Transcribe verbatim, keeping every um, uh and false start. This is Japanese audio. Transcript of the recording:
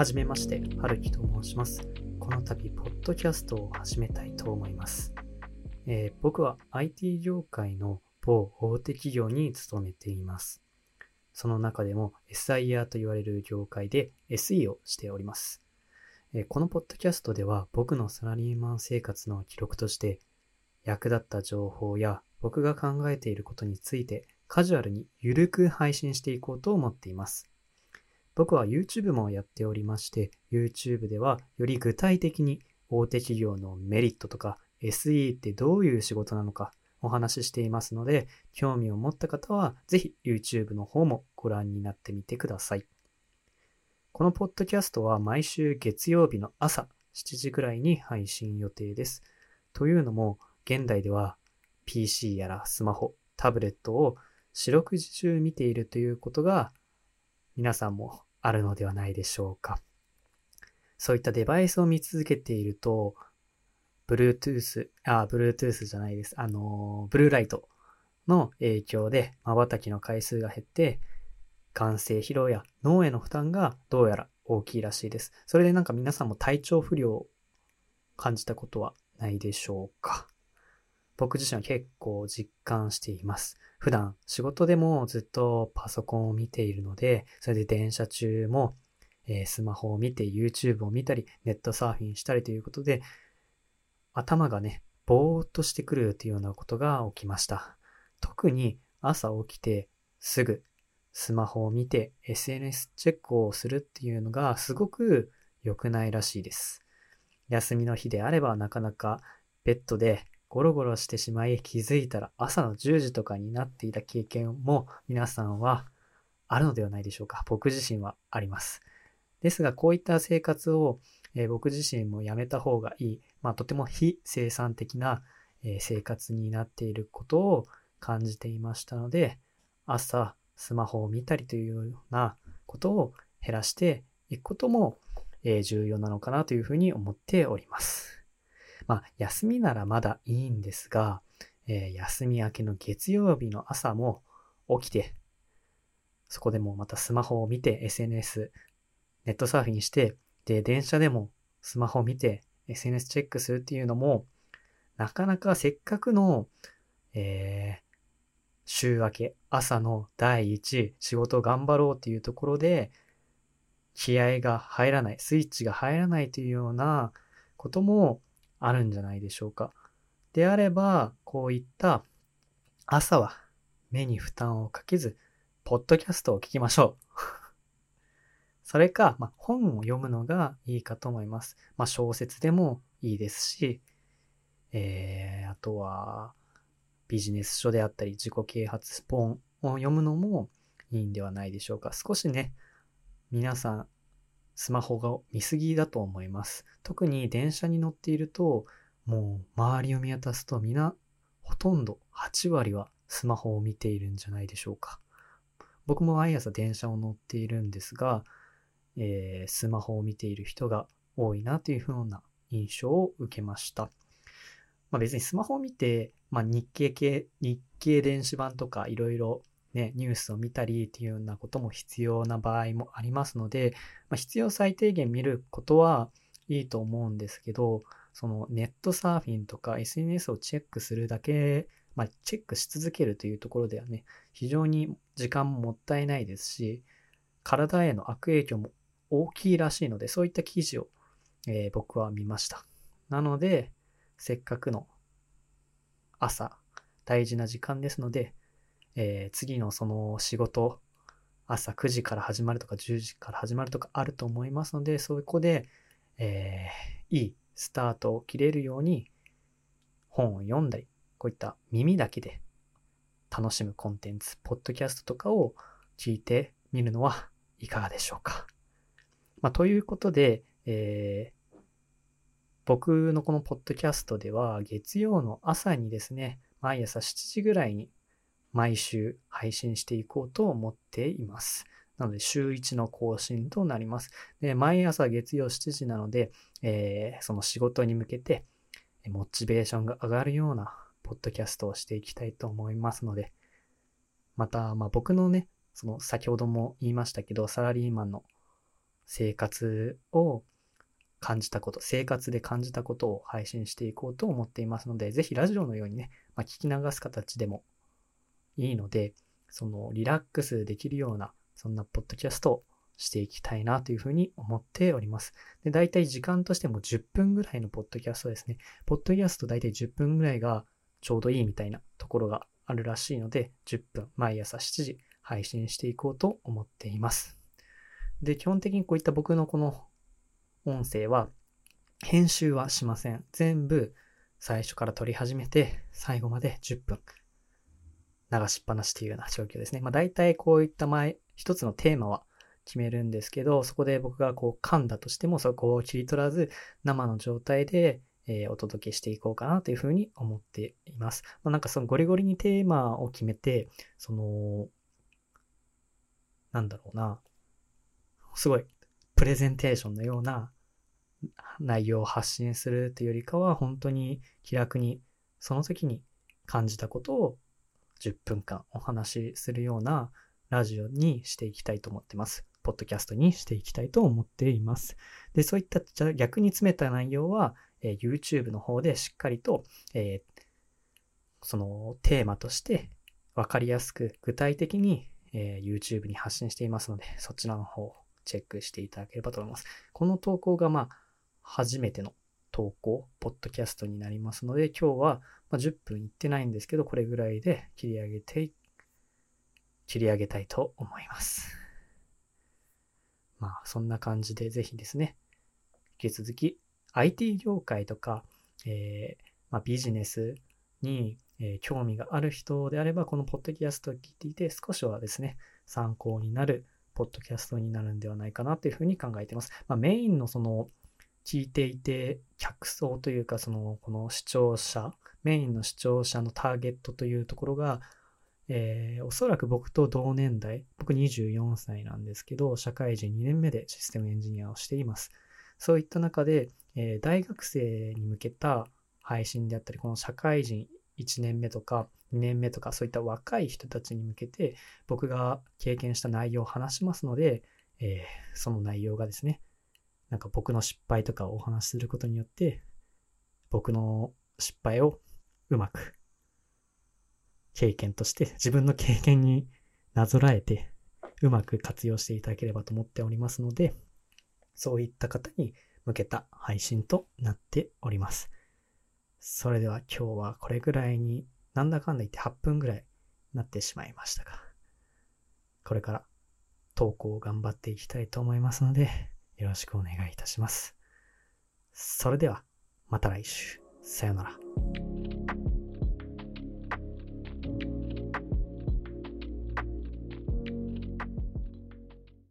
はじめまして、はるきと申します。この度、ポッドキャストを始めたいと思います。えー僕は アイティー 業界の某大手企業に勤めています。その中でも エスアイアール と言われる業界で エスイー をしております。えーこのポッドキャストでは僕のサラリーマン生活の記録として役立った情報や僕が考えていることについてカジュアルにゆるく配信していこうと思っています。僕は YouTube もやっておりまして、YouTube ではより具体的に大手企業のメリットとか エスイー ってどういう仕事なのかお話ししていますので、興味を持った方はぜひ YouTube の方もご覧になってみてください。このポッドキャストは毎週月曜日の朝しちじくらいに配信予定です。というのも、現代では ピーシー やらスマホ、タブレットを四六時中見ているということが皆さんもあるのではないでしょうか。そういったデバイスを見続けていると、Bluetooth、あ、Bluetooth じゃないです。あの、ブルーライトの影響で瞬きの回数が減って、眼性疲労や脳への負担がどうやら大きいらしいです。それでなんか皆さんも体調不良を感じたことはないでしょうか。僕自身は結構実感しています。普段仕事でもずっとパソコンを見ているので、それで電車中も、えースマホを見て YouTube を見たり、ネットサーフィンしたりということで、頭がね、ぼーっとしてくるというようなことが起きました。特に朝起きてすぐスマホを見て エスエヌエス チェックをするっていうのがすごく良くないらしいです。休みの日であればなかなかベッドでゴロゴロしてしまい気づいたら朝のじゅうじとかになっていた経験も皆さんはあるのではないでしょうか。僕自身はあります。ですがこういった生活を、えー僕自身もやめた方がいい、まあ、とても非生産的な、えー生活になっていることを感じていましたので、朝スマホを見たりというようなことを減らしていくことも、えー重要なのかなというふうに思っております。まあ、休みならまだいいんですが、えー休み明けの月曜日の朝も起きて、そこでもまたスマホを見て エスエヌエス、ネットサーフィンして、で、電車でもスマホを見て エスエヌエス チェックするっていうのも、なかなかせっかくの、えー週明け、朝の第一、仕事を頑張ろうっていうところで、気合が入らない、スイッチが入らないというようなこともあるんじゃないでしょうか。であれば、こういった朝は目に負担をかけず、ポッドキャストを聞きましょう。それか、まあ、本を読むのがいいかと思います。まあ、小説でもいいですし、えー、あとはビジネス書であったり自己啓発本を読むのもいいんではないでしょうか。少しね、皆さんスマホが見すぎだと思います。特に電車に乗っていると、もう周りを見渡すと皆、ほとんどはち割はスマホを見ているんじゃないでしょうか。僕も毎朝電車を乗っているんですが、えースマホを見ている人が多いなというふうな印象を受けました。まあ、別にスマホを見て、まあ、日経系、日経電子版とかいろいろね、ニュースを見たりっていうようなことも必要な場合もありますので、まあ、必要最低限見ることはいいと思うんですけど、そのネットサーフィンとか エスエヌエス をチェックするだけ、まあ、チェックし続けるというところではね、非常に時間ももったいないですし、体への悪影響も大きいらしいので、そういった記事を、えー僕は見ました。なので、せっかくの朝、大事な時間ですので、えー次のその仕事、朝くじから始まるとかじゅうじから始まるとかあると思いますので、そこで、えーいいスタートを切れるように本を読んだり、こういった耳だけで楽しむコンテンツ、ポッドキャストとかを聞いてみるのはいかがでしょうか。まあ、ということで、えー僕のこのポッドキャストでは月曜の朝にですね、毎朝しちじぐらいに毎週配信していこうと思っています。なので週いちの更新となります。で、毎朝月曜しちじなので、えーその仕事に向けてモチベーションが上がるようなポッドキャストをしていきたいと思いますので、また、まあ僕のね、その先ほども言いましたけど、サラリーマンの生活を感じたこと、生活で感じたことを配信していこうと思っていますので、ぜひラジオのようにね、まあ、聞き流す形でもいいので、そのリラックスできるような、そんなポッドキャストをしていきたいなというふうに思っております。で、だいたい時間としてもじゅっぷんぐらいのポッドキャストですね。ポッドキャストだいたいじゅっぷんぐらいがちょうどいいみたいなところがあるらしいので、じゅっぷん、毎朝しちじ配信していこうと思っています。で、基本的にこういった僕のこの音声は編集はしません。全部最初から撮り始めて最後までじゅっぷん流しっぱなしというような状況ですね。まあ大体こういった前、一つのテーマは決めるんですけど、そこで僕がこう噛んだとしてもそこを切り取らず生の状態で、えー、お届けしていこうかなというふうに思っています。まあ、なんかそのゴリゴリにテーマを決めて、その、なんだろうな、すごいプレゼンテーションのような内容を発信するというよりかは、本当に気楽にその時に感じたことをじゅっぷんかんお話しするようなラジオにしていきたいと思ってます。ポッドキャストにしていきたいと思っています。で、そういったじゃ逆に詰めた内容は、えー、YouTube の方でしっかりと、えー、そのテーマとして分かりやすく具体的に、えー、YouTube に発信していますので、そちらの方をチェックしていただければと思います。この投稿がまあ初めての投稿、ポッドキャストになりますので、今日はじゅっぷんいってないんですけど、これぐらいで切り上げて、切り上げたいと思います。まあ、そんな感じでぜひですね、引き続き アイティー 業界とか、えーまあ、ビジネスに、えー、興味がある人であれば、このポッドキャストを聞いていて、少しはですね、参考になるポッドキャストになるんではないかなというふうに考えています。まあ、メインのその、聞いていて、客層というか、その、この視聴者、メインの視聴者のターゲットというところが、えー、おそらく僕と同年代、僕にじゅうよんさいなんですけど、社会人にねんめでシステムエンジニアをしています。そういった中で、えー、大学生に向けた配信であったり、この社会人いちねんめとかにねんめとか、そういった若い人たちに向けて、僕が経験した内容を話しますので、えー、その内容がですね、なんか僕の失敗とかをお話しすることによって、僕の失敗をうまく経験として自分の経験になぞらえてうまく活用していただければと思っておりますので、そういった方に向けた配信となっております。それでは今日はこれぐらいになんだかんだ言ってはっぷんぐらいなってしまいましたが、これから投稿を頑張っていきたいと思いますので、よろしくお願いいたします。それではまた来週。さよなら。